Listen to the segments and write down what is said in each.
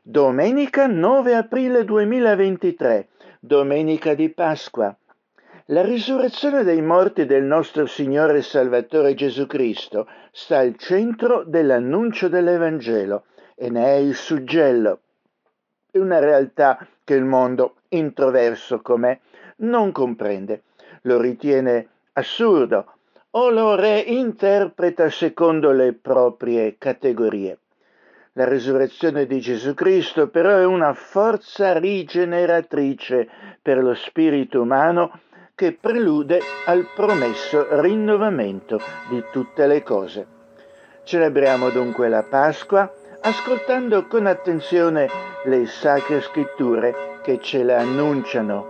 Domenica 9 aprile 2023, domenica di Pasqua. La risurrezione dei morti del nostro Signore e Salvatore Gesù Cristo sta al centro dell'annuncio dell'Evangelo e ne è il suggello. È una realtà che il mondo, introverso com'è, non comprende, lo ritiene assurdo o lo reinterpreta secondo le proprie categorie. La risurrezione di Gesù Cristo però è una forza rigeneratrice per lo spirito umano che prelude al promesso rinnovamento di tutte le cose. Celebriamo dunque la Pasqua ascoltando con attenzione le Sacre Scritture che ce la annunciano.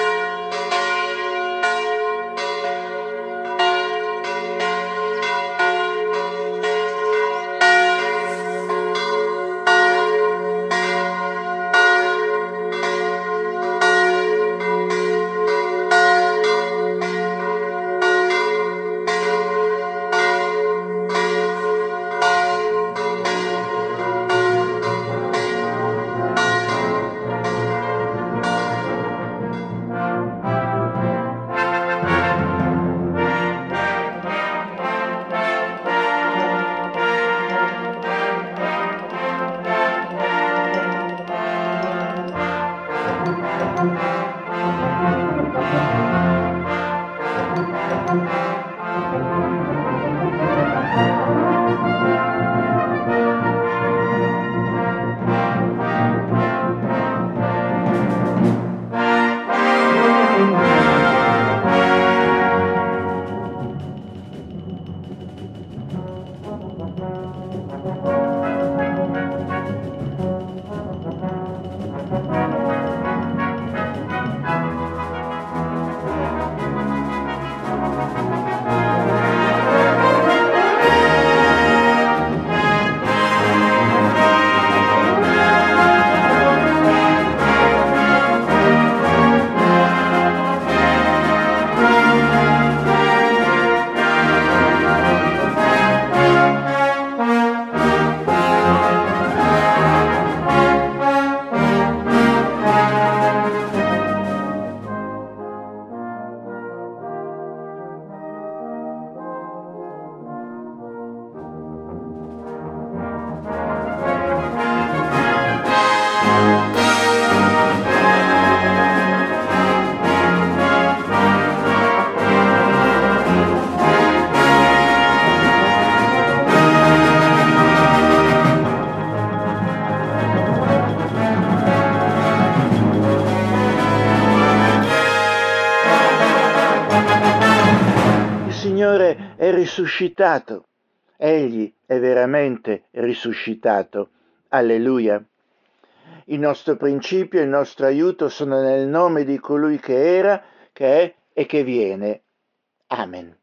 Signore è risuscitato, Egli è veramente risuscitato. Alleluia. Il nostro principio e il nostro aiuto sono nel nome di colui che era, che è e che viene. Amen.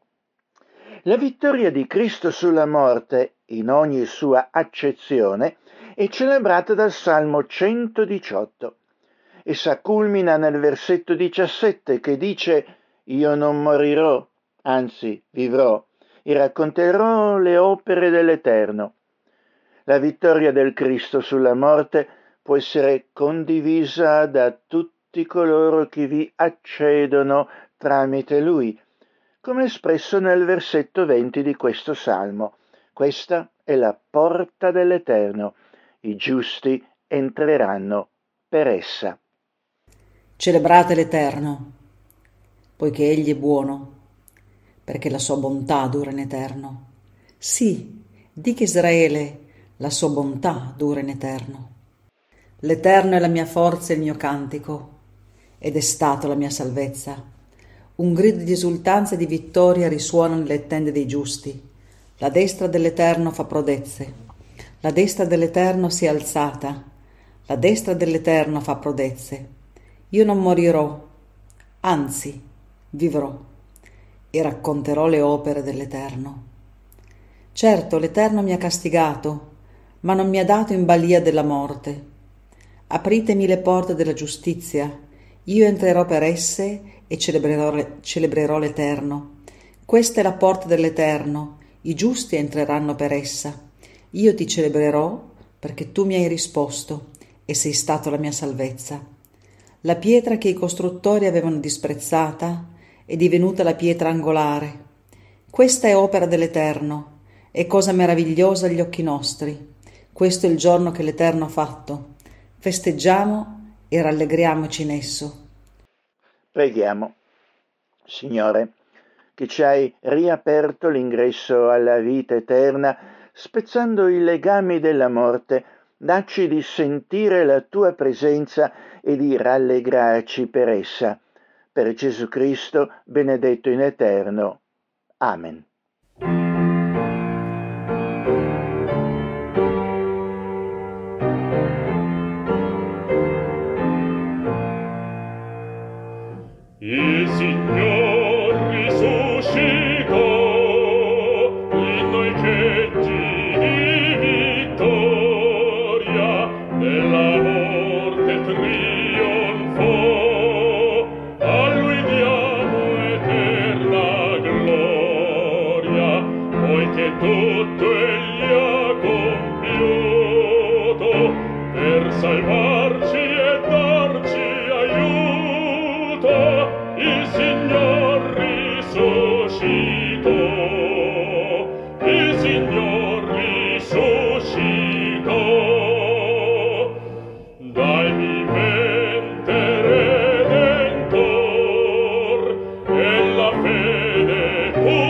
La vittoria di Cristo sulla morte, in ogni sua accezione, è celebrata dal Salmo 118. Essa culmina nel versetto 17 che dice: «Io non morirò, anzi vivrò, e racconterò le opere dell'Eterno». La vittoria del Cristo sulla morte può essere condivisa da tutti coloro che vi accedono tramite Lui, come espresso nel versetto 20 di questo Salmo. Questa è la porta dell'Eterno, i giusti entreranno per essa. Celebrate l'Eterno, poiché Egli è buono, perché la sua bontà dura in eterno. Sì, dica Israele, la sua bontà dura in eterno. L'Eterno è la mia forza e il mio cantico, ed è stato la mia salvezza. Un grido di esultanza e di vittoria risuona nelle tende dei giusti. La destra dell'Eterno fa prodezze. La destra dell'Eterno si è alzata. La destra dell'Eterno fa prodezze. Io non morirò, anzi vivrò, e racconterò le opere dell'Eterno. Certo, l'Eterno mi ha castigato, ma non mi ha dato in balia della morte. Apritemi le porte della giustizia, io entrerò per esse e celebrerò l'Eterno. Questa è la porta dell'Eterno, i giusti entreranno per essa. Io ti celebrerò perché tu mi hai risposto e sei stato la mia salvezza. La pietra che i costruttori avevano disprezzata è divenuta la pietra angolare. Questa è opera dell'Eterno, è cosa meravigliosa agli occhi nostri. Questo è il giorno che l'Eterno ha fatto. Festeggiamo e rallegriamoci in esso. Preghiamo. Signore, che ci hai riaperto l'ingresso alla vita eterna, spezzando i legami della morte, dacci di sentire la tua presenza e di rallegrarci per essa. Per Gesù Cristo, benedetto in eterno. Amen. Il Signor risuscitò, in noi cheggi di vittoria, della morte trionfò, a Lui diamo eterna gloria, poiché tutto Egli ha compiuto, per salvarci e darci aiuto. Il Signor risuscitò, il Signor risuscitò, dai vivente Redentor, e la fede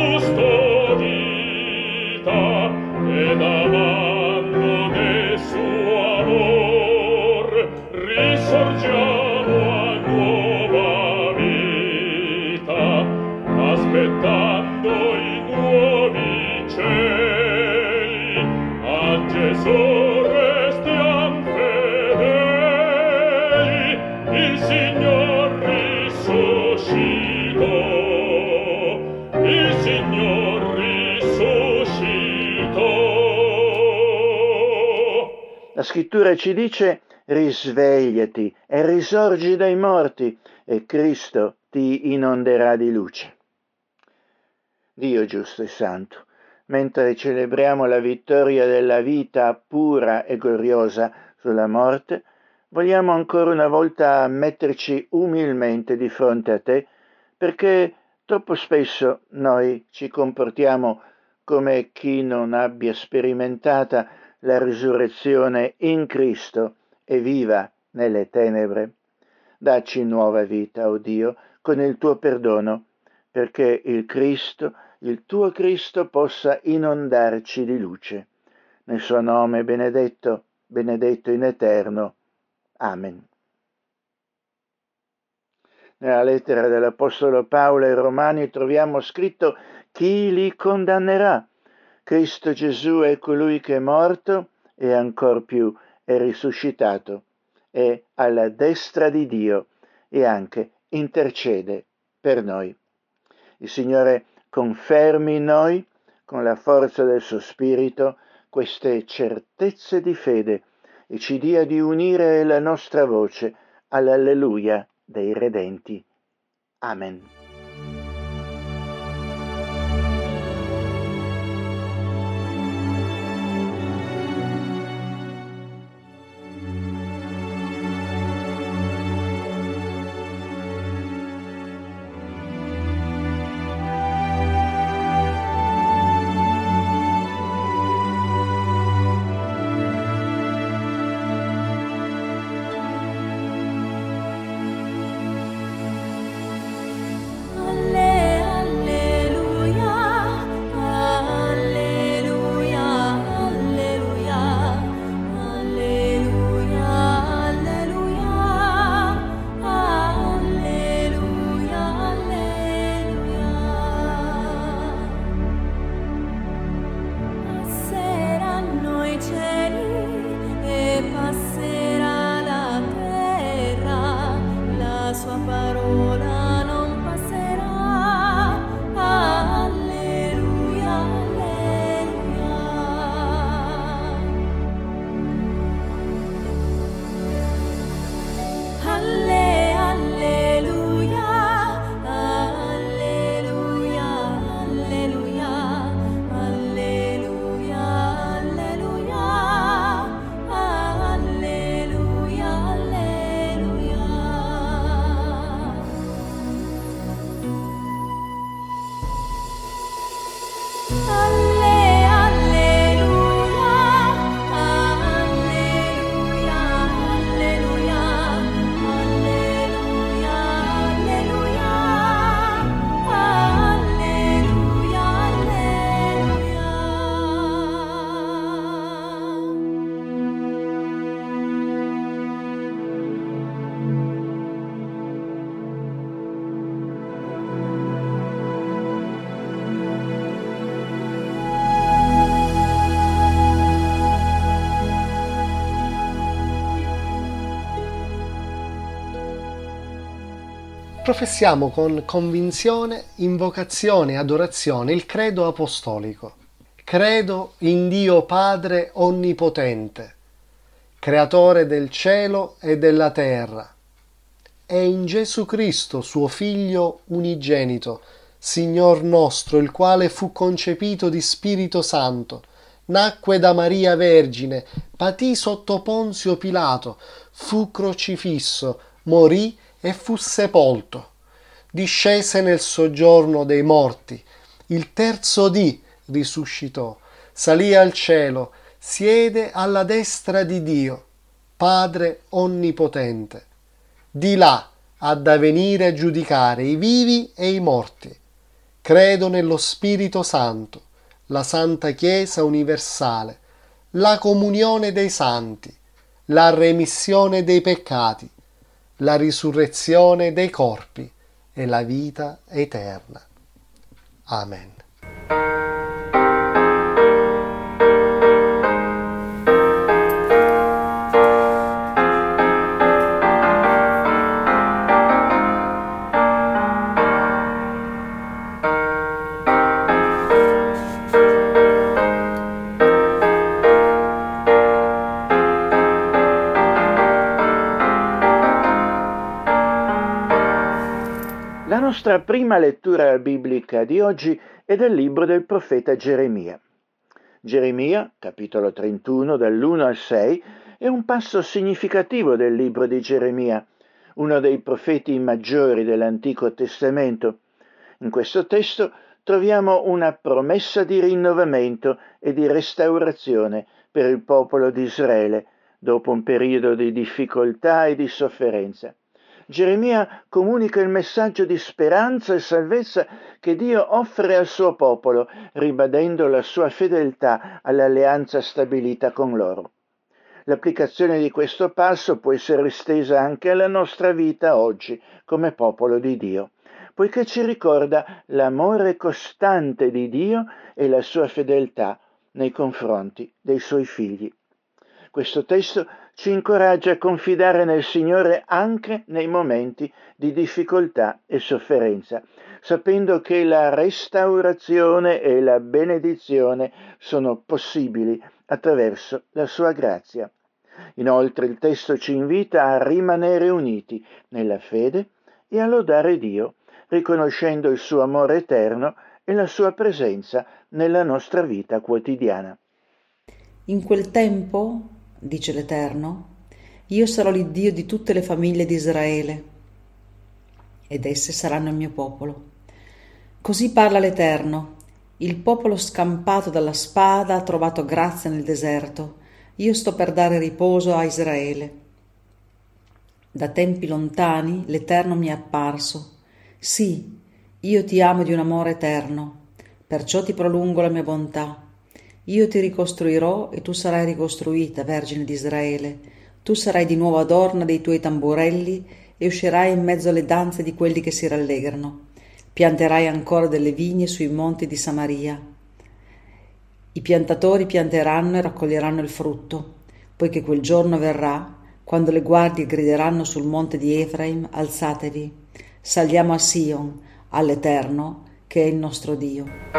custodita, ed amando del suo amor, risorgiamo a nuova vita, aspettando i nuovi cieli, a Gesù restiam fedeli. Il Signor risuscitò, il Signor risuscitò. La scrittura ci dice: risvegliati e risorgi dai morti, e Cristo ti inonderà di luce. Dio giusto e santo, mentre celebriamo la vittoria della vita pura e gloriosa sulla morte, vogliamo ancora una volta metterci umilmente di fronte a te, perché troppo spesso noi ci comportiamo come chi non abbia sperimentata la risurrezione in Cristo e viva nelle tenebre. Dacci nuova vita, o Dio, con il tuo perdono, perché il Cristo, il tuo Cristo, possa inondarci di luce. Nel suo nome benedetto, benedetto in eterno. Amen. Nella lettera dell'Apostolo Paolo ai Romani troviamo scritto: chi li condannerà? Cristo Gesù è colui che è morto e ancor più è risuscitato, è alla destra di Dio e anche intercede per noi. Il Signore confermi in noi, con la forza del suo Spirito, queste certezze di fede e ci dia di unire la nostra voce all'alleluia dei redenti. Amen. Professiamo con convinzione, invocazione e adorazione il credo apostolico. Credo in Dio Padre Onnipotente, Creatore del cielo e della terra, e in Gesù Cristo, suo Figlio unigenito, Signor nostro, il quale fu concepito di Spirito Santo, nacque da Maria Vergine, patì sotto Ponzio Pilato, fu crocifisso, morì e fu sepolto. Discese nel soggiorno dei morti, il terzo dì risuscitò, salì al cielo, siede alla destra di Dio, Padre Onnipotente. Di là ha da venire a giudicare i vivi e i morti. Credo nello Spirito Santo, la Santa Chiesa universale, la comunione dei santi, la remissione dei peccati, la risurrezione dei corpi e la vita eterna. Amen. La nostra prima lettura biblica di oggi è del libro del profeta Geremia. Geremia, capitolo 31, dall'1 al 6, è un passo significativo del libro di Geremia, uno dei profeti maggiori dell'Antico Testamento. In questo testo troviamo una promessa di rinnovamento e di restaurazione per il popolo di Israele, dopo un periodo di difficoltà e di sofferenza. Geremia comunica il messaggio di speranza e salvezza che Dio offre al suo popolo, ribadendo la sua fedeltà all'alleanza stabilita con loro. L'applicazione di questo passo può essere estesa anche alla nostra vita oggi come popolo di Dio, poiché ci ricorda l'amore costante di Dio e la sua fedeltà nei confronti dei suoi figli. Questo testo ci incoraggia a confidare nel Signore anche nei momenti di difficoltà e sofferenza, sapendo che la restaurazione e la benedizione sono possibili attraverso la sua grazia. Inoltre il testo ci invita a rimanere uniti nella fede e a lodare Dio, riconoscendo il suo amore eterno e la sua presenza nella nostra vita quotidiana. In quel tempo, dice l'Eterno, io sarò l'Iddio di tutte le famiglie di Israele, ed esse saranno il mio popolo. Così parla l'Eterno: il popolo scampato dalla spada ha trovato grazia nel deserto. Io sto per dare riposo a Israele. Da tempi lontani l'Eterno mi è apparso. Sì, io ti amo di un amore eterno, perciò ti prolungo la mia bontà. Io ti ricostruirò e tu sarai ricostruita, Vergine di Israele. Tu sarai di nuovo adorna dei tuoi tamburelli e uscirai in mezzo alle danze di quelli che si rallegrano. Pianterai ancora delle vigne sui monti di Samaria. I piantatori pianteranno e raccoglieranno il frutto, poiché quel giorno verrà, quando le guardie grideranno sul monte di Efraim: alzatevi, saliamo a Sion, all'Eterno, che è il nostro Dio.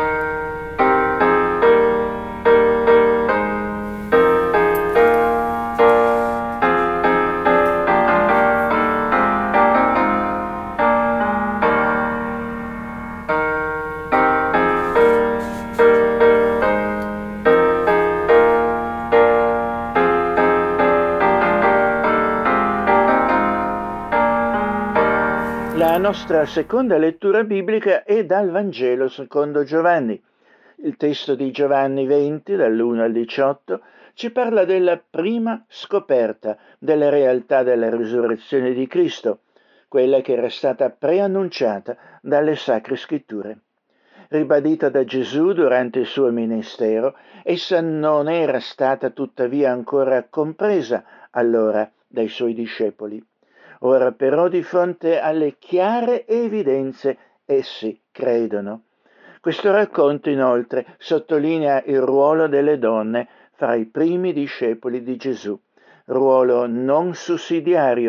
La nostra seconda lettura biblica è dal Vangelo secondo Giovanni. Il testo di Giovanni 20, dall'1 al 18, ci parla della prima scoperta della realtà della risurrezione di Cristo, quella che era stata preannunciata dalle Sacre Scritture. Ribadita da Gesù durante il suo ministero, essa non era stata tuttavia ancora compresa allora dai suoi discepoli. Ora però, di fronte alle chiare evidenze, essi credono. Questo racconto inoltre sottolinea il ruolo delle donne fra i primi discepoli di Gesù, ruolo non sussidiario,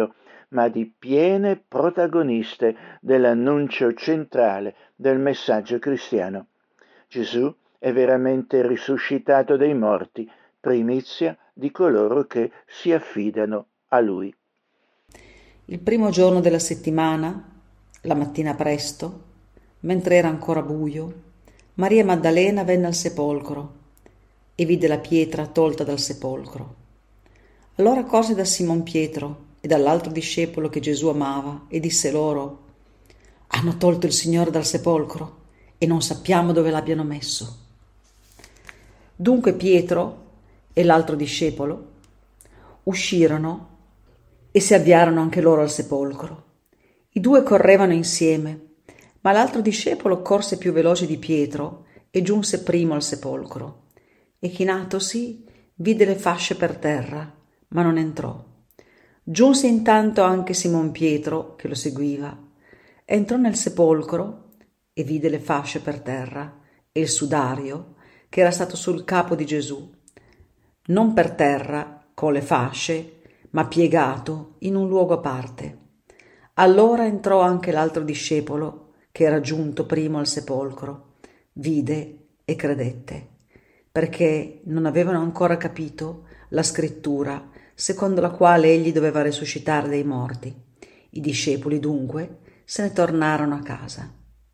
ma di piene protagoniste dell'annuncio centrale del messaggio cristiano. Gesù è veramente risuscitato dai morti, primizia di coloro che si affidano a Lui. Il primo giorno della settimana, la mattina presto, mentre era ancora buio, Maria Maddalena venne al sepolcro e vide la pietra tolta dal sepolcro. Allora corse da Simon Pietro e dall'altro discepolo che Gesù amava e disse loro: «Hanno tolto il Signore dal sepolcro e non sappiamo dove l'abbiano messo». Dunque Pietro e l'altro discepolo uscirono e si avviarono anche loro al sepolcro. I due correvano insieme, ma l'altro discepolo corse più veloce di Pietro e giunse primo al sepolcro. E chinatosi vide le fasce per terra, ma non entrò. Giunse intanto anche Simon Pietro, che lo seguiva. Entrò nel sepolcro e vide le fasce per terra e il sudario che era stato sul capo di Gesù, non per terra con le fasce, ma piegato in un luogo a parte. Allora entrò anche l'altro discepolo, che era giunto primo al sepolcro, vide e credette, perché non avevano ancora capito la scrittura secondo la quale egli doveva risuscitare dai morti. I discepoli dunque se ne tornarono a casa.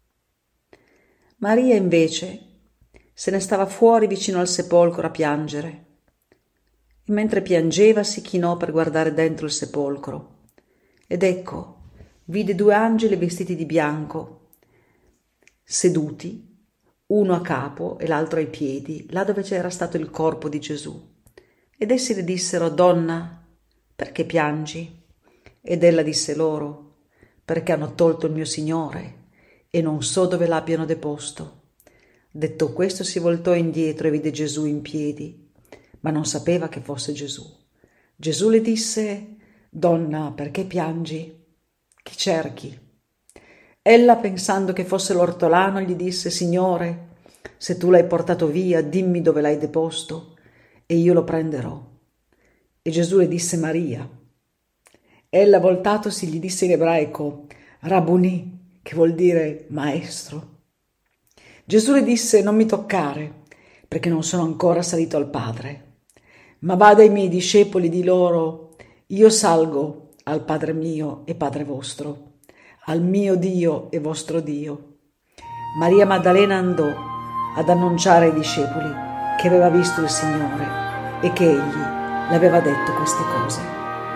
Maria invece se ne stava fuori vicino al sepolcro a piangere. E mentre piangeva si chinò per guardare dentro il sepolcro. Ed ecco, vide due angeli vestiti di bianco, seduti, uno a capo e l'altro ai piedi, là dove c'era stato il corpo di Gesù. Ed essi le dissero: «Donna, perché piangi?» Ed ella disse loro: «Perché hanno tolto il mio Signore e non so dove l'abbiano deposto». Detto questo si voltò indietro e vide Gesù in piedi, ma non sapeva che fosse Gesù. Gesù le disse: «Donna, perché piangi? Chi cerchi?» Ella, pensando che fosse l'ortolano, gli disse: «Signore, se tu l'hai portato via, dimmi dove l'hai deposto e io lo prenderò». E Gesù le disse: «Maria». Ella, voltatosi, gli disse in ebraico: «Rabbuni», che vuol dire maestro. Gesù le disse: «Non mi toccare, perché non sono ancora salito al Padre, ma vada ai miei discepoli, di loro: io salgo al Padre mio e Padre vostro, al mio Dio e vostro Dio». Maria Maddalena andò ad annunciare ai discepoli che aveva visto il Signore e che egli le aveva detto queste cose.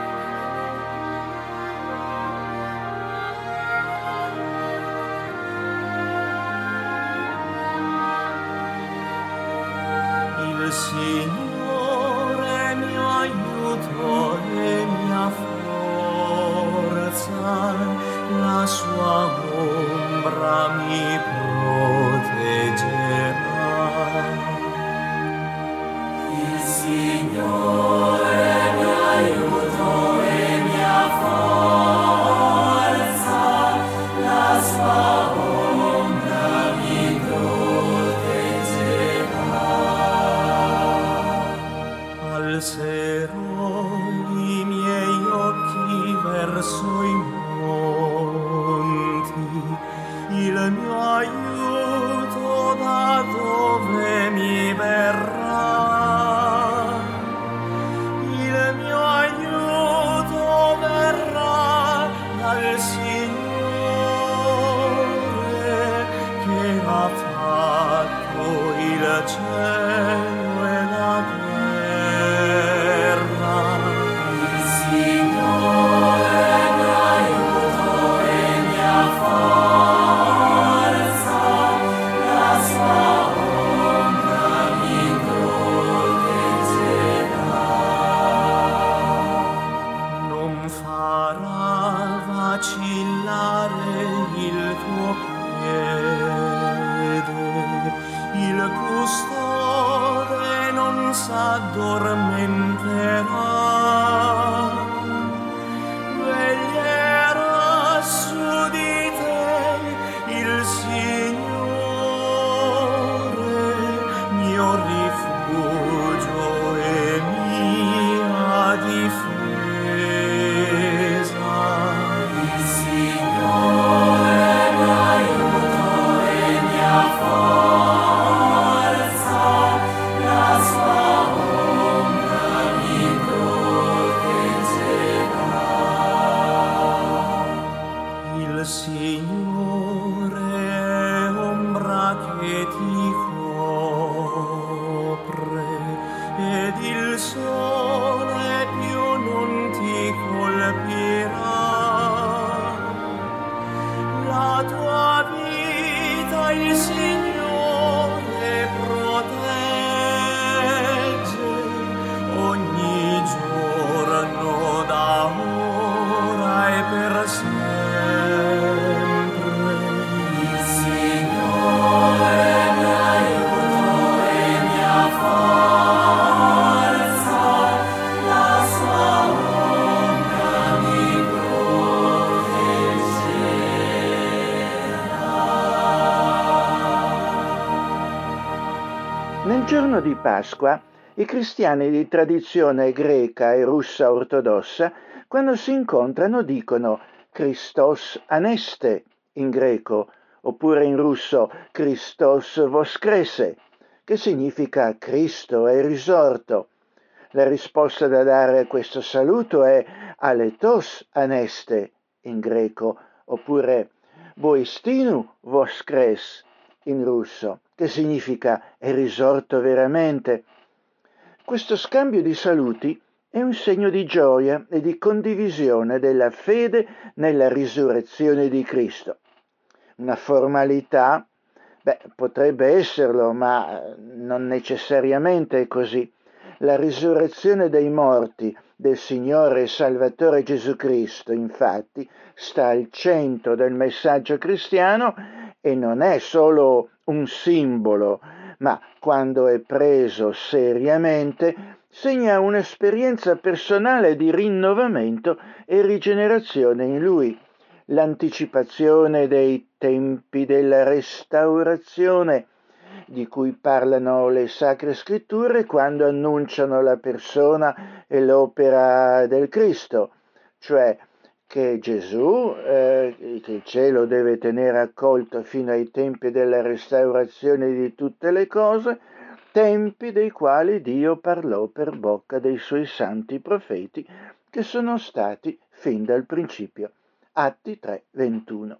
Il Signore mio aiuto e mia forza, la sua ombra mi proteggerà. Il Signore mio aiuto e mia forza, la sua ombra mi proteggerà. Alzerò i miei occhi verso i monti, il mio aiuto da dove mi verrà? Il mio aiuto verrà dal Signore che ha fatto il cielo e la terra. Il Signore Il giorno di Pasqua, i cristiani di tradizione greca e russa ortodossa, quando si incontrano, dicono Christos aneste in greco, oppure in russo Christos voskrese, che significa Cristo è risorto. La risposta da dare a questo saluto è aletos aneste in greco, oppure boistinu voskres in russo, che significa è risorto veramente. Questo scambio di saluti è un segno di gioia e di condivisione della fede nella risurrezione di Cristo. Una formalità, potrebbe esserlo, ma non necessariamente è così. La risurrezione dei morti del Signore e Salvatore Gesù Cristo, infatti, sta al centro del messaggio cristiano e non è solo un simbolo, ma quando è preso seriamente segna un'esperienza personale di rinnovamento e rigenerazione in Lui. L'anticipazione dei tempi della restaurazione di cui parlano le Sacre Scritture quando annunciano la persona e l'opera del Cristo, cioè che Gesù, che il cielo deve tenere accolto fino ai tempi della restaurazione di tutte le cose, tempi dei quali Dio parlò per bocca dei suoi santi profeti che sono stati fin dal principio. Atti 3:21.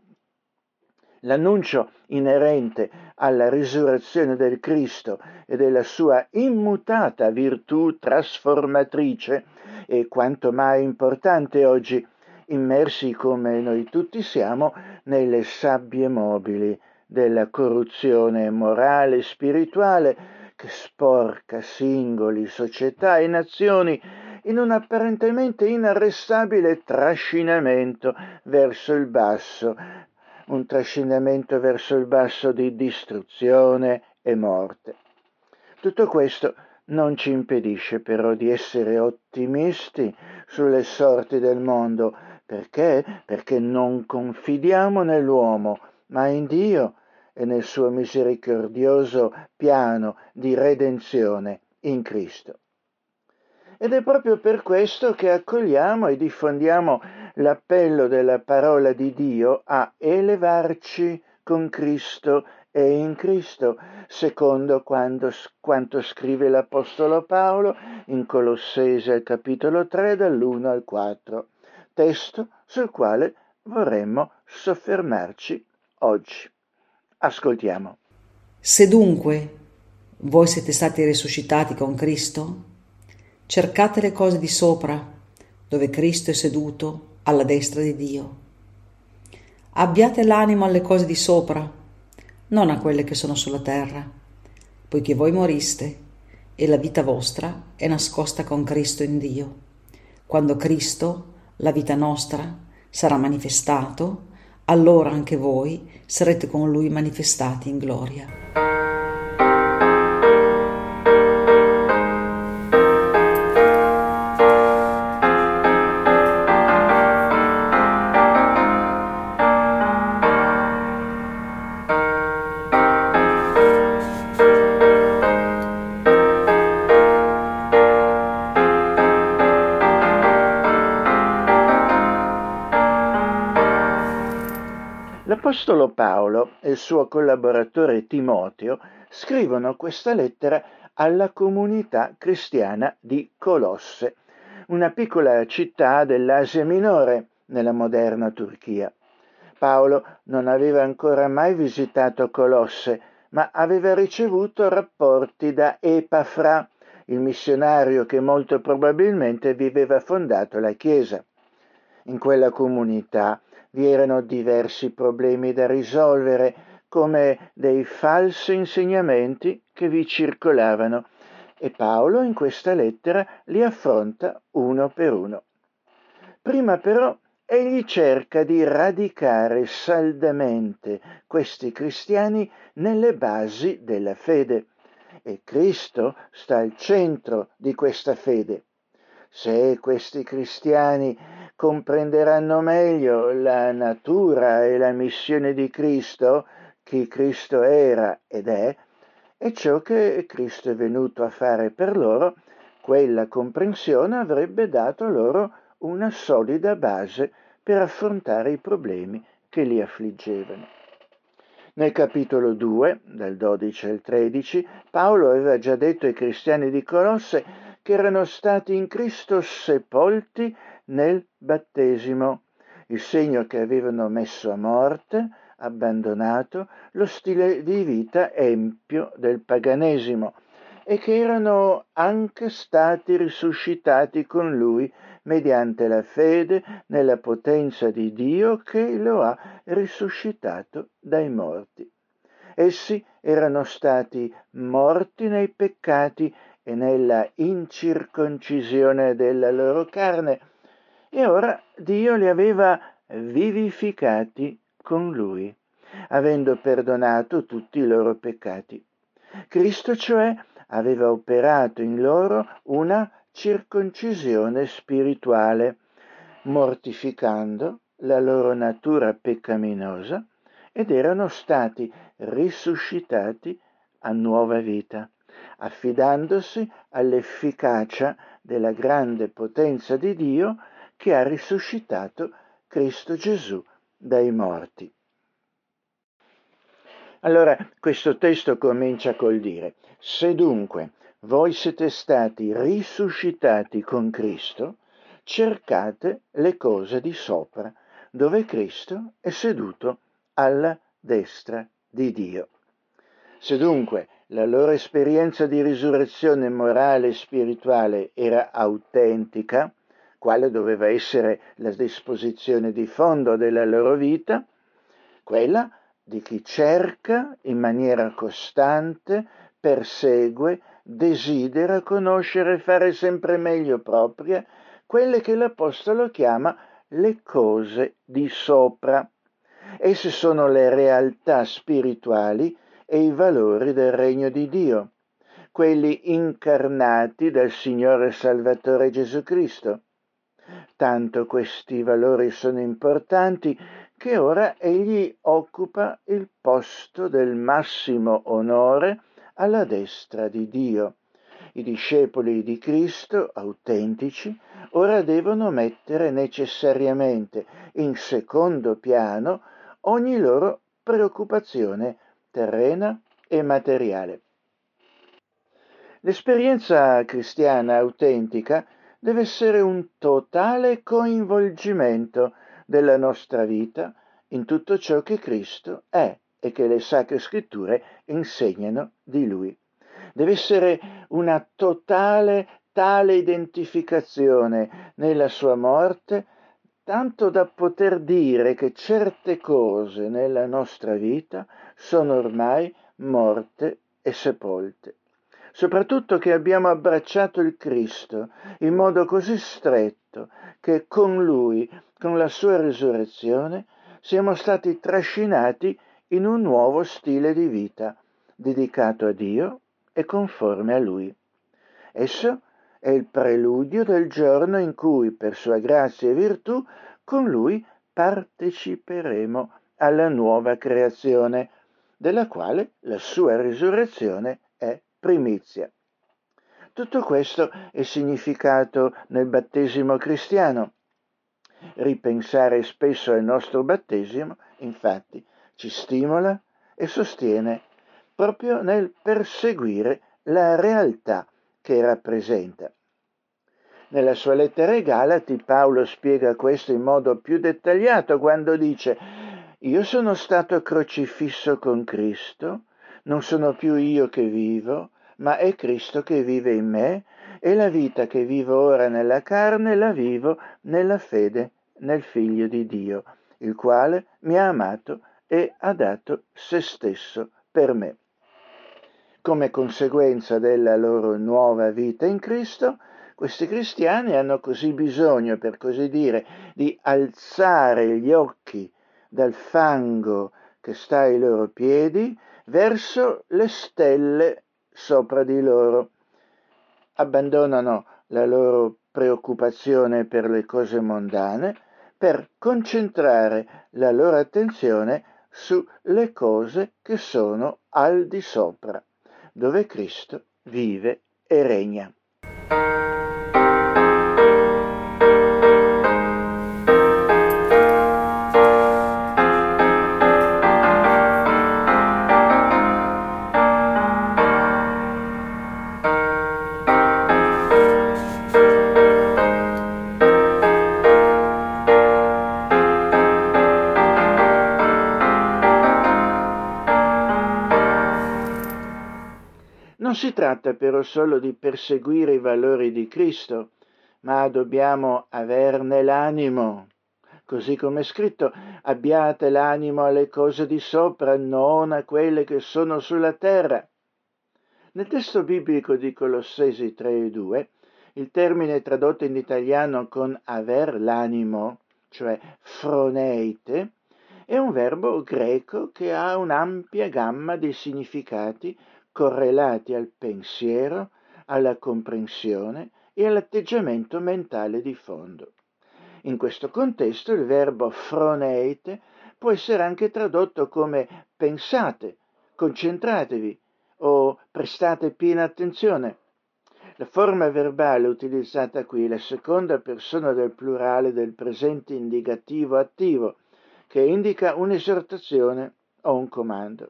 L'annuncio inerente alla risurrezione del Cristo e della sua immutata virtù trasformatrice è quanto mai importante oggi, immersi come noi tutti siamo nelle sabbie mobili della corruzione morale e spirituale che sporca singoli, società e nazioni in un apparentemente inarrestabile trascinamento verso il basso, un trascinamento verso il basso di distruzione e morte. Tutto questo non ci impedisce però di essere ottimisti sulle sorti del mondo. Perché? Perché non confidiamo nell'uomo, ma in Dio e nel suo misericordioso piano di redenzione in Cristo. Ed è proprio per questo che accogliamo e diffondiamo l'appello della parola di Dio a elevarci con Cristo e in Cristo, secondo quanto scrive l'Apostolo Paolo in Colossesi al capitolo 3 dall'1 al 4, testo sul quale vorremmo soffermarci oggi. Ascoltiamo. Se dunque voi siete stati risuscitati con Cristo, cercate le cose di sopra, dove Cristo è seduto alla destra di Dio. Abbiate l'animo alle cose di sopra, non a quelle che sono sulla terra, poiché voi moriste e la vita vostra è nascosta con Cristo in Dio. Quando Cristo, la vita nostra, sarà manifestato, allora anche voi sarete con Lui manifestati in gloria. L'Apostolo Paolo e il suo collaboratore Timoteo scrivono questa lettera alla comunità cristiana di Colosse, una piccola città dell'Asia Minore nella moderna Turchia. Paolo non aveva ancora mai visitato Colosse, ma aveva ricevuto rapporti da Epafra, il missionario che molto probabilmente vi aveva fondato la Chiesa. In quella comunità vi erano diversi problemi da risolvere, come dei falsi insegnamenti che vi circolavano, e Paolo in questa lettera li affronta uno per uno. Prima però egli cerca di radicare saldamente questi cristiani nelle basi della fede, e Cristo sta al centro di questa fede. Se questi cristiani comprenderanno meglio la natura e la missione di Cristo, chi Cristo era ed è, e ciò che Cristo è venuto a fare per loro, quella comprensione avrebbe dato loro una solida base per affrontare i problemi che li affliggevano. Nel capitolo 2, dal 12 al 13, Paolo aveva già detto ai cristiani di Colosse che erano stati in Cristo sepolti nel battesimo, il segno che avevano messo a morte, abbandonato lo stile di vita empio del paganesimo e che erano anche stati risuscitati con lui mediante la fede nella potenza di Dio che lo ha risuscitato dai morti. Essi erano stati morti nei peccati e nella incirconcisione della loro carne, e ora Dio li aveva vivificati con lui, avendo perdonato tutti i loro peccati. Cristo, cioè, aveva operato in loro una circoncisione spirituale, mortificando la loro natura peccaminosa, ed erano stati risuscitati a nuova vita, affidandosi all'efficacia della grande potenza di Dio che ha risuscitato Cristo Gesù dai morti. Allora, questo testo comincia col dire: se dunque voi siete stati risuscitati con Cristo, cercate le cose di sopra, dove Cristo è seduto alla destra di Dio. Se dunque la loro esperienza di risurrezione morale e spirituale era autentica, quale doveva essere la disposizione di fondo della loro vita, quella di chi cerca in maniera costante, persegue, desidera conoscere e fare sempre meglio proprie quelle che l'Apostolo chiama le cose di sopra. Esse sono le realtà spirituali e i valori del regno di Dio, quelli incarnati dal Signore Salvatore Gesù Cristo. Tanto questi valori sono importanti che ora egli occupa il posto del massimo onore alla destra di Dio. I discepoli di Cristo, autentici, ora devono mettere necessariamente in secondo piano ogni loro preoccupazione terrena e materiale. L'esperienza cristiana autentica deve essere un totale coinvolgimento della nostra vita in tutto ciò che Cristo è e che le Sacre Scritture insegnano di Lui. Deve essere una tale identificazione nella sua morte, tanto da poter dire che certe cose nella nostra vita sono ormai morte e sepolte. Soprattutto che abbiamo abbracciato il Cristo in modo così stretto che con Lui, con la sua risurrezione, siamo stati trascinati in un nuovo stile di vita, dedicato a Dio e conforme a Lui. Esso è il preludio del giorno in cui, per sua grazia e virtù, con Lui parteciperemo alla nuova creazione, della quale la sua risurrezione è primizia. Tutto questo è significato nel battesimo cristiano. Ripensare spesso al nostro battesimo, infatti, ci stimola e sostiene proprio nel perseguire la realtà che rappresenta. Nella sua lettera ai Galati Paolo spiega questo in modo più dettagliato quando dice: io sono stato crocifisso con Cristo, non sono più io che vivo, ma è Cristo che vive in me, e la vita che vivo ora nella carne la vivo nella fede nel Figlio di Dio, il quale mi ha amato e ha dato se stesso per me. Come conseguenza della loro nuova vita in Cristo, questi cristiani hanno così bisogno, per così dire, di alzare gli occhi dal fango che sta ai loro piedi verso le stelle sopra di loro. Abbandonano la loro preoccupazione per le cose mondane per concentrare la loro attenzione sulle cose che sono al di sopra, dove Cristo vive e regna. Non si tratta però solo di perseguire i valori di Cristo, ma dobbiamo averne l'animo. Così come è scritto, abbiate l'animo alle cose di sopra, non a quelle che sono sulla terra. Nel testo biblico di Colossesi 3:2, il termine tradotto in italiano con aver l'animo, cioè phroneite, è un verbo greco che ha un'ampia gamma di significati correlati al pensiero, alla comprensione e all'atteggiamento mentale di fondo. In questo contesto il verbo phroneite può essere anche tradotto come pensate, concentratevi o prestate piena attenzione. La forma verbale utilizzata qui è la seconda persona del plurale del presente indicativo attivo, che indica un'esortazione o un comando.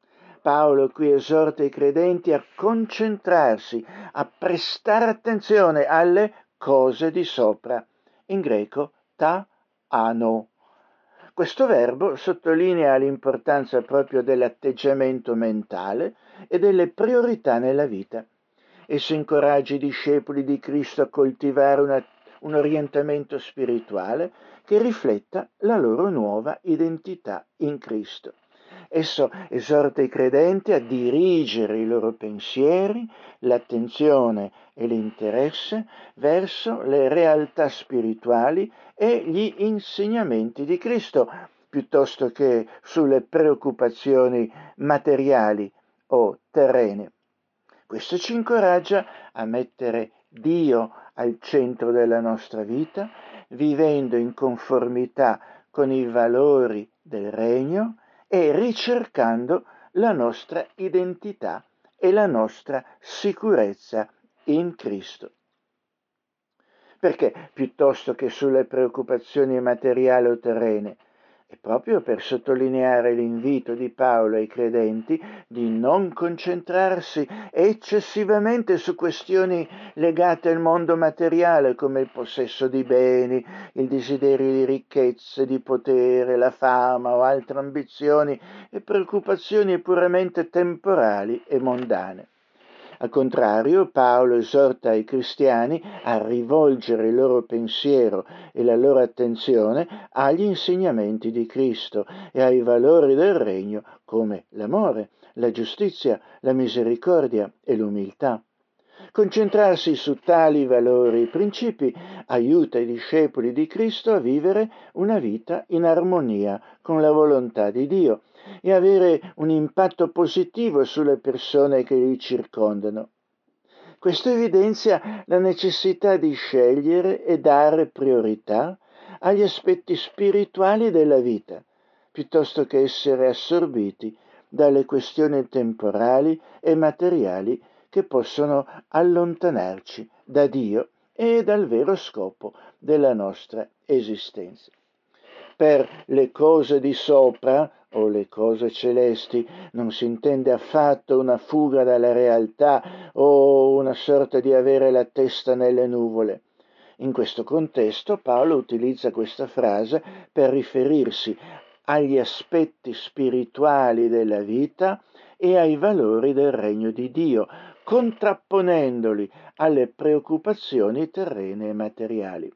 Paolo qui esorta i credenti a concentrarsi, a prestare attenzione alle cose di sopra, in greco ta ano. Questo verbo sottolinea l'importanza proprio dell'atteggiamento mentale e delle priorità nella vita. Esso incoraggia i discepoli di Cristo a coltivare un orientamento spirituale che rifletta la loro nuova identità in Cristo. Esso esorta i credenti a dirigere i loro pensieri, l'attenzione e l'interesse verso le realtà spirituali e gli insegnamenti di Cristo, piuttosto che sulle preoccupazioni materiali o terrene. Questo ci incoraggia a mettere Dio al centro della nostra vita, vivendo in conformità con i valori del regno e ricercando la nostra identità e la nostra sicurezza in Cristo. Perché piuttosto che sulle preoccupazioni materiali o terrene? È proprio per sottolineare l'invito di Paolo ai credenti di non concentrarsi eccessivamente su questioni legate al mondo materiale come il possesso di beni, il desiderio di ricchezze, di potere, la fama o altre ambizioni e preoccupazioni puramente temporali e mondane. Al contrario, Paolo esorta i cristiani a rivolgere il loro pensiero e la loro attenzione agli insegnamenti di Cristo e ai valori del regno come l'amore, la giustizia, la misericordia e l'umiltà. Concentrarsi su tali valori e principi aiuta i discepoli di Cristo a vivere una vita in armonia con la volontà di Dio e avere un impatto positivo sulle persone che li circondano. Questo evidenzia la necessità di scegliere e dare priorità agli aspetti spirituali della vita, piuttosto che essere assorbiti dalle questioni temporali e materiali che possono allontanarci da Dio e dal vero scopo della nostra esistenza. Per le cose di sopra o le cose celesti non si intende affatto una fuga dalla realtà o una sorta di avere la testa nelle nuvole. In questo contesto Paolo utilizza questa frase per riferirsi agli aspetti spirituali della vita e ai valori del regno di Dio, contrapponendoli alle preoccupazioni terrene e materiali.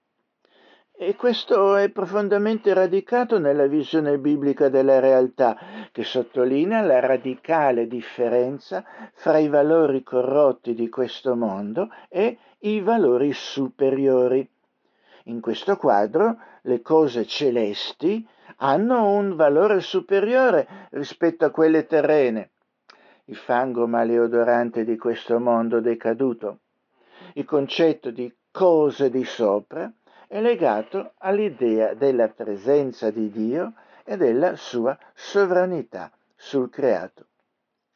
E questo è profondamente radicato nella visione biblica della realtà, che sottolinea la radicale differenza fra i valori corrotti di questo mondo e i valori superiori. In questo quadro le cose celesti hanno un valore superiore rispetto a quelle terrene, il fango maleodorante di questo mondo decaduto. Il concetto di cose di sopra è legato all'idea della presenza di Dio e della sua sovranità sul creato.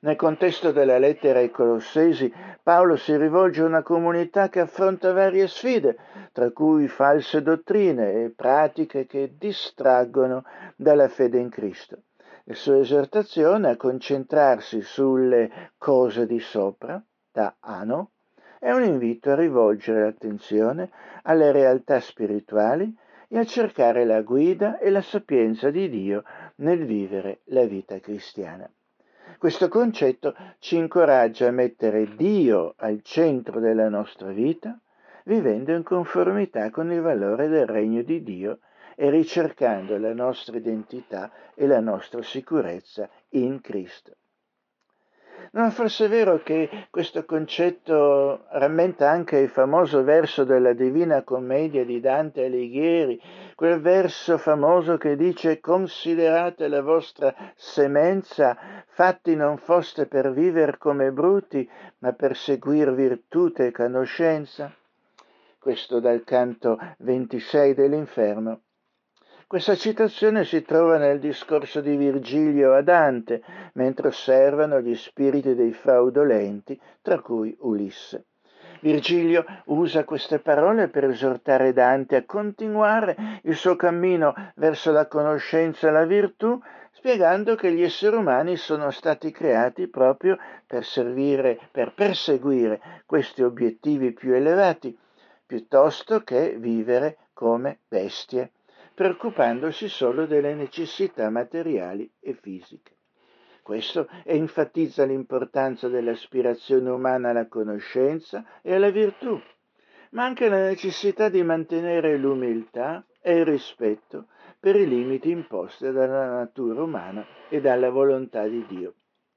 Nel contesto della lettera ai Colossesi, Paolo si rivolge a una comunità che affronta varie sfide, tra cui false dottrine e pratiche che distraggono dalla fede in Cristo. La sua esortazione a concentrarsi sulle cose di sopra, da ano, è un invito a rivolgere l'attenzione alle realtà spirituali e a cercare la guida e la sapienza di Dio nel vivere la vita cristiana. Questo concetto ci incoraggia a mettere Dio al centro della nostra vita, vivendo in conformità con il valore del regno di Dio e ricercando la nostra identità e la nostra sicurezza in Cristo. Non è forse vero che questo concetto rammenta anche il famoso verso della Divina Commedia di Dante Alighieri, quel verso famoso che dice: considerate la vostra semenza, fatti non foste per viver come bruti, ma per seguir virtute e conoscenza? Questo dal canto 26 dell'Inferno. Questa citazione si trova nel discorso di Virgilio a Dante, mentre osservano gli spiriti dei fraudolenti, tra cui Ulisse. Virgilio usa queste parole per esortare Dante a continuare il suo cammino verso la conoscenza e la virtù, spiegando che gli esseri umani sono stati creati proprio per perseguire questi obiettivi più elevati, piuttosto che vivere come bestie, preoccupandosi solo delle necessità materiali e fisiche. Questo enfatizza l'importanza dell'aspirazione umana alla conoscenza e alla virtù, ma anche la necessità di mantenere l'umiltà e il rispetto per i limiti imposti dalla natura umana e dalla volontà di Dio.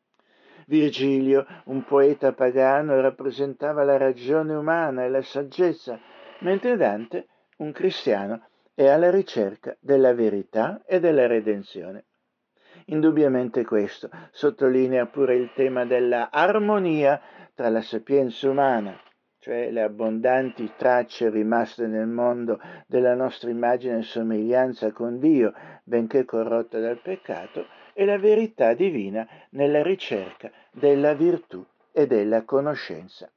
Virgilio, un poeta pagano, rappresentava la ragione umana e la saggezza, mentre Dante, un cristiano, è alla ricerca della verità e della redenzione. Indubbiamente questo sottolinea pure il tema della armonia tra la sapienza umana, cioè le abbondanti tracce rimaste nel mondo della nostra immagine e somiglianza con Dio, benché corrotta dal peccato, e la verità divina nella ricerca della virtù e della conoscenza.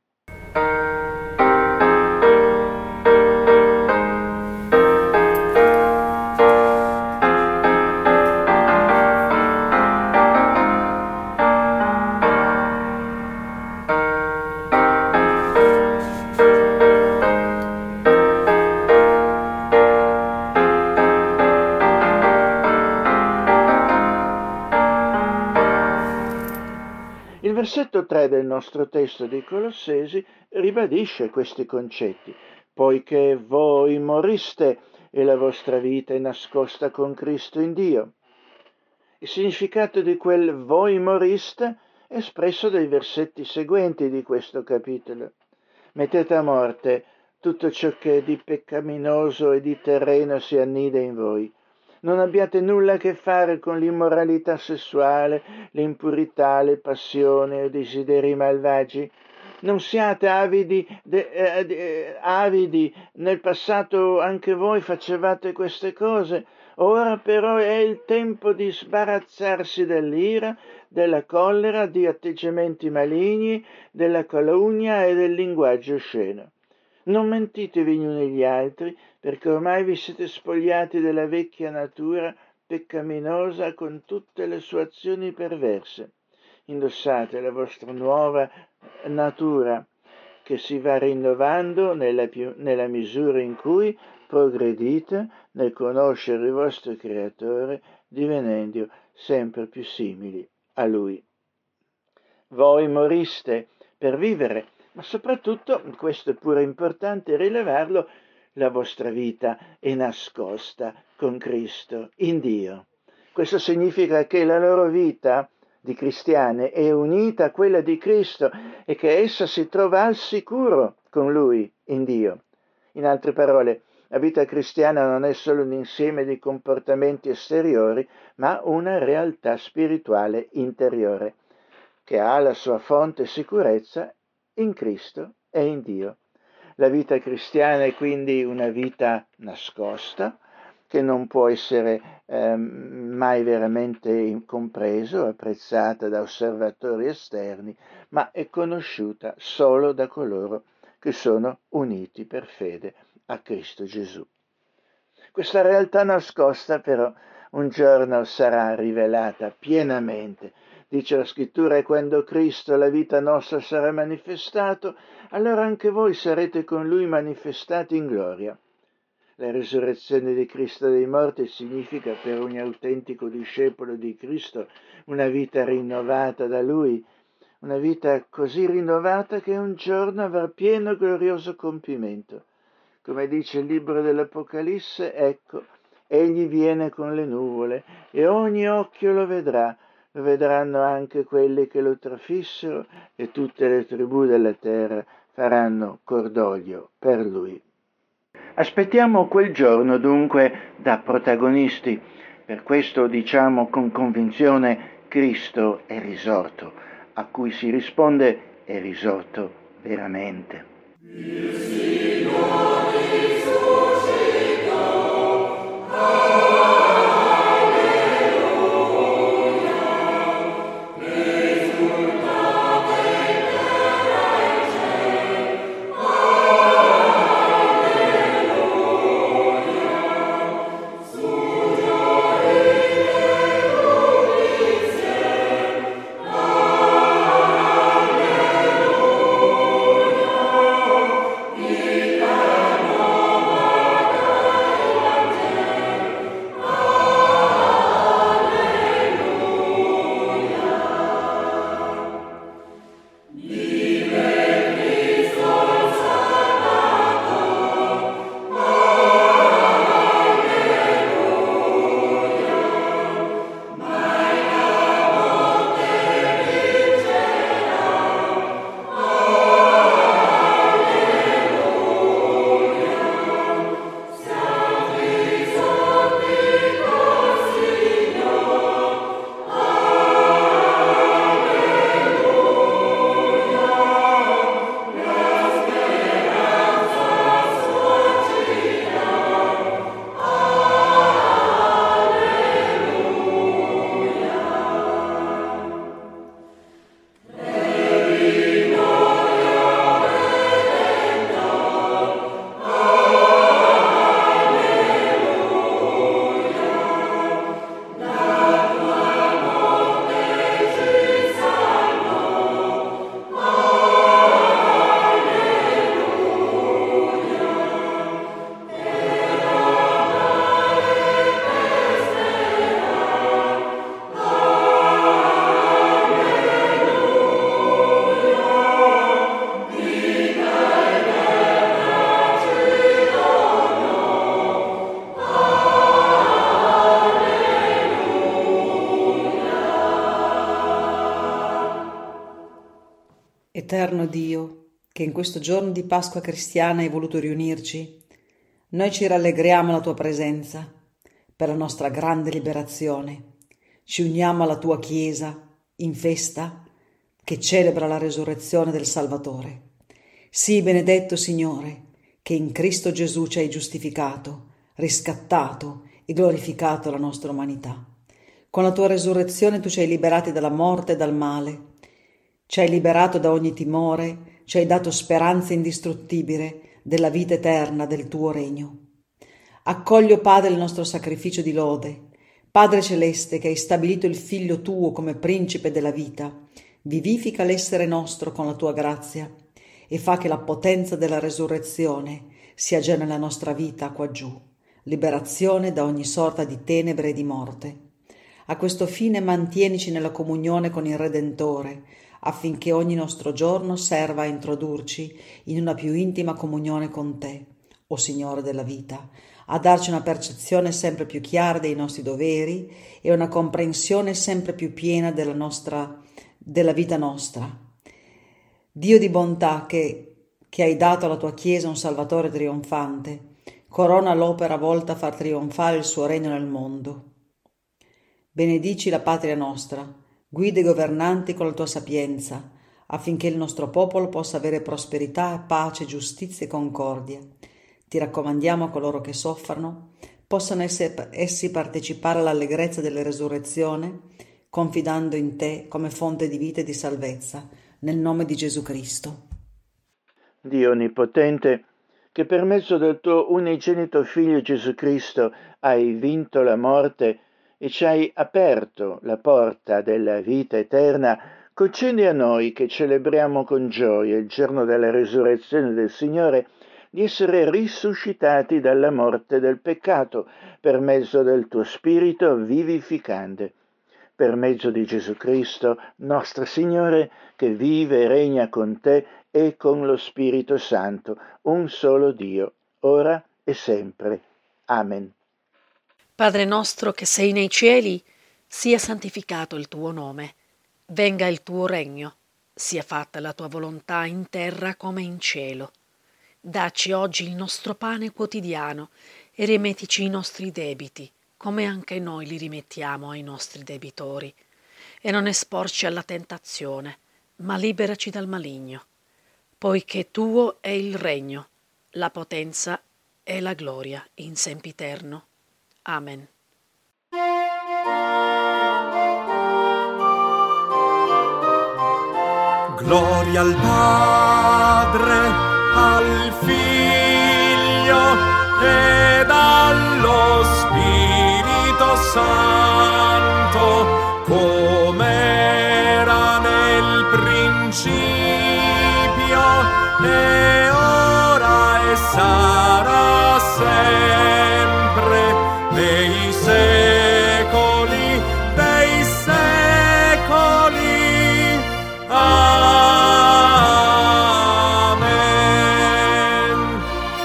Il versetto 3 del nostro testo di Colossesi ribadisce questi concetti, poiché voi moriste e la vostra vita è nascosta con Cristo in Dio. Il significato di quel voi moriste è espresso dai versetti seguenti di questo capitolo. Mettete a morte tutto ciò che di peccaminoso e di terreno si annida in voi. Non abbiate nulla a che fare con l'immoralità sessuale, l'impurità, le passioni o i desideri malvagi. Non siate avidi, nel passato anche voi facevate queste cose, ora però è il tempo di sbarazzarsi dell'ira, della collera, di atteggiamenti maligni, della calunnia e del linguaggio osceno. Non mentitevi gli uni agli altri, perché ormai vi siete spogliati della vecchia natura peccaminosa con tutte le sue azioni perverse. Indossate la vostra nuova natura, che si va rinnovando nella misura in cui progredite nel conoscere il vostro Creatore, divenendo sempre più simili a Lui. Voi moriste per vivere, ma soprattutto, questo è pure importante rilevarlo, la vostra vita è nascosta con Cristo in Dio. Questo significa che la loro vita di cristiane è unita a quella di Cristo e che essa si trova al sicuro con Lui in Dio. In altre parole, la vita cristiana non è solo un insieme di comportamenti esteriori, ma una realtà spirituale interiore, che ha la sua fonte e sicurezza in Cristo e in Dio. La vita cristiana è quindi una vita nascosta, che non può essere mai veramente compreso, apprezzata da osservatori esterni, ma è conosciuta solo da coloro che sono uniti per fede a Cristo Gesù. Questa realtà nascosta però un giorno sarà rivelata pienamente. Dice la scrittura, e quando Cristo, la vita nostra, sarà manifestato, allora anche voi sarete con Lui manifestati in gloria. La risurrezione di Cristo dai morti significa per ogni autentico discepolo di Cristo una vita rinnovata da Lui, una vita così rinnovata che un giorno avrà pieno e glorioso compimento. Come dice il libro dell'Apocalisse, ecco, Egli viene con le nuvole e ogni occhio lo vedrà. Lo vedranno anche quelli che lo trafissero e tutte le tribù della terra faranno cordoglio per Lui. Aspettiamo quel giorno dunque da protagonisti. Per questo diciamo con convinzione Cristo è risorto, a cui si risponde è risorto veramente. Il Signore Eterno Dio, che in questo giorno di Pasqua cristiana hai voluto riunirci, noi ci rallegriamo alla tua presenza per la nostra grande liberazione. Ci uniamo alla tua Chiesa in festa che celebra la resurrezione del Salvatore. Sii benedetto, Signore, che in Cristo Gesù ci hai giustificato, riscattato e glorificato la nostra umanità. Con la tua resurrezione tu ci hai liberati dalla morte e dal male, ci hai liberato da ogni timore, ci hai dato speranza indistruttibile della vita eterna del tuo regno. Accogli, o Padre, il nostro sacrificio di lode. Padre Celeste, che hai stabilito il Figlio tuo come principe della vita, vivifica l'essere nostro con la tua grazia e fa che la potenza della resurrezione sia già nella nostra vita qua giù, liberazione da ogni sorta di tenebre e di morte. A questo fine mantienici nella comunione con il Redentore, affinché ogni nostro giorno serva a introdurci in una più intima comunione con te, o Signore della vita, a darci una percezione sempre più chiara dei nostri doveri e una comprensione sempre più piena della vita nostra. Dio di bontà, che hai dato alla tua Chiesa un Salvatore trionfante, corona l'opera volta a far trionfare il suo regno nel mondo. Benedici la patria nostra, guida i governanti con la tua sapienza, affinché il nostro popolo possa avere prosperità, pace, giustizia e concordia. Ti raccomandiamo a coloro che soffrono, possano essi partecipare all'allegrezza della resurrezione, confidando in te come fonte di vita e di salvezza, nel nome di Gesù Cristo. Dio Onnipotente, che per mezzo del tuo unigenito Figlio Gesù Cristo hai vinto la morte e ci hai aperto la porta della vita eterna, concedi a noi che celebriamo con gioia il giorno della resurrezione del Signore di essere risuscitati dalla morte del peccato per mezzo del tuo Spirito vivificante. Per mezzo di Gesù Cristo, nostro Signore, che vive e regna con te e con lo Spirito Santo, un solo Dio, ora e sempre. Amen. Padre nostro che sei nei cieli, sia santificato il tuo nome. Venga il tuo regno, sia fatta la tua volontà in terra come in cielo. Dacci oggi il nostro pane quotidiano e rimettici i nostri debiti, come anche noi li rimettiamo ai nostri debitori. E non esporci alla tentazione, ma liberaci dal maligno. Poiché tuo è il regno, la potenza e la gloria in sempiterno. Amen. Gloria al Padre, al Figlio ed allo Spirito Santo, come era nel principio, e ora e sarà sempre, nei secoli dei secoli. Amen.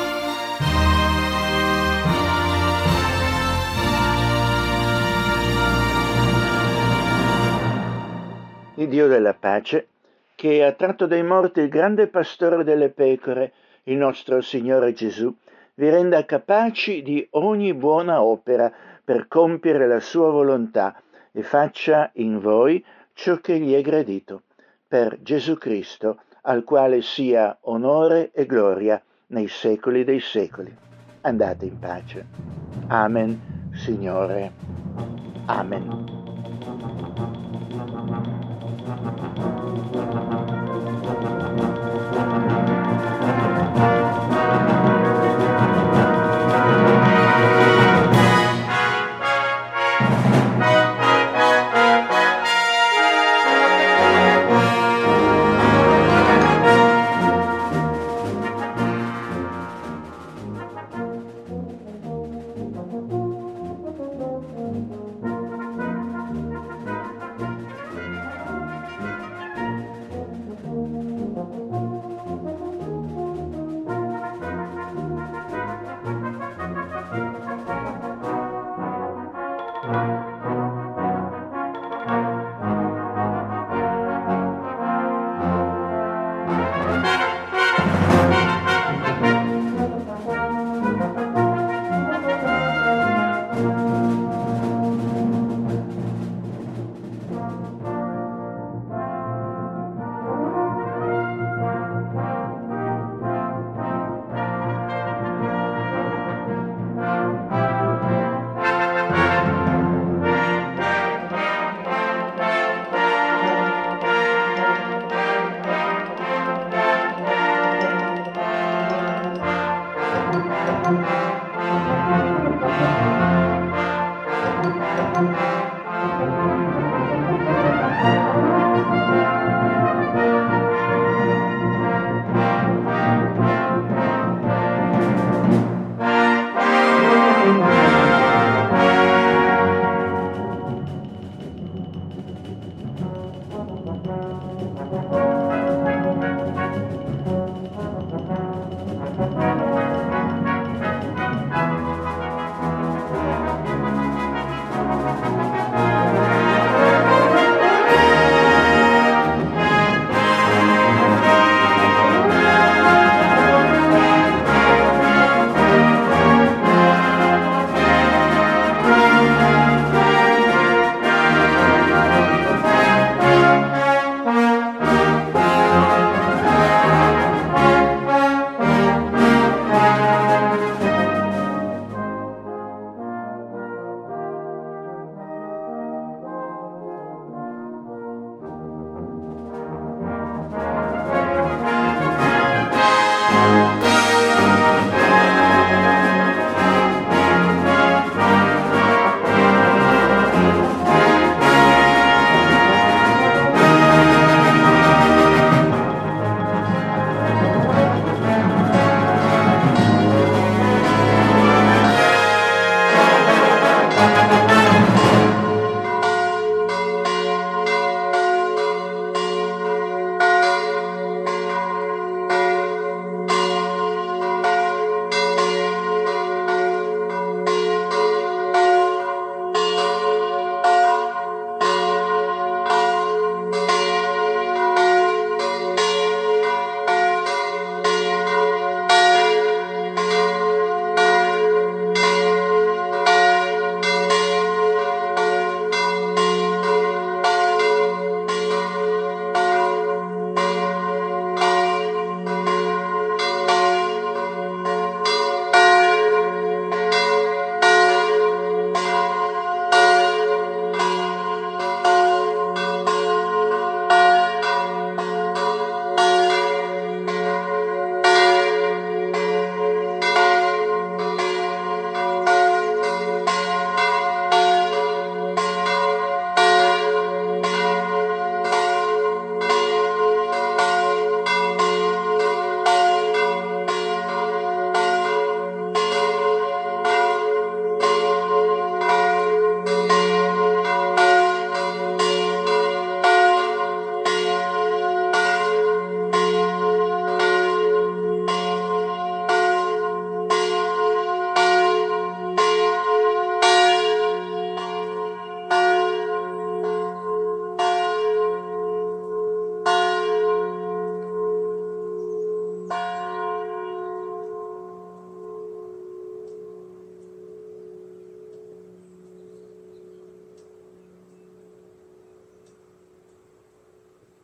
Il Dio della pace, che ha tratto dai morti il grande pastore delle pecore, il nostro Signore Gesù, vi renda capaci di ogni buona opera per compiere la sua volontà e faccia in voi ciò che gli è gradito. Per Gesù Cristo, al quale sia onore e gloria nei secoli dei secoli. Andate in pace. Amen, Signore. Amen.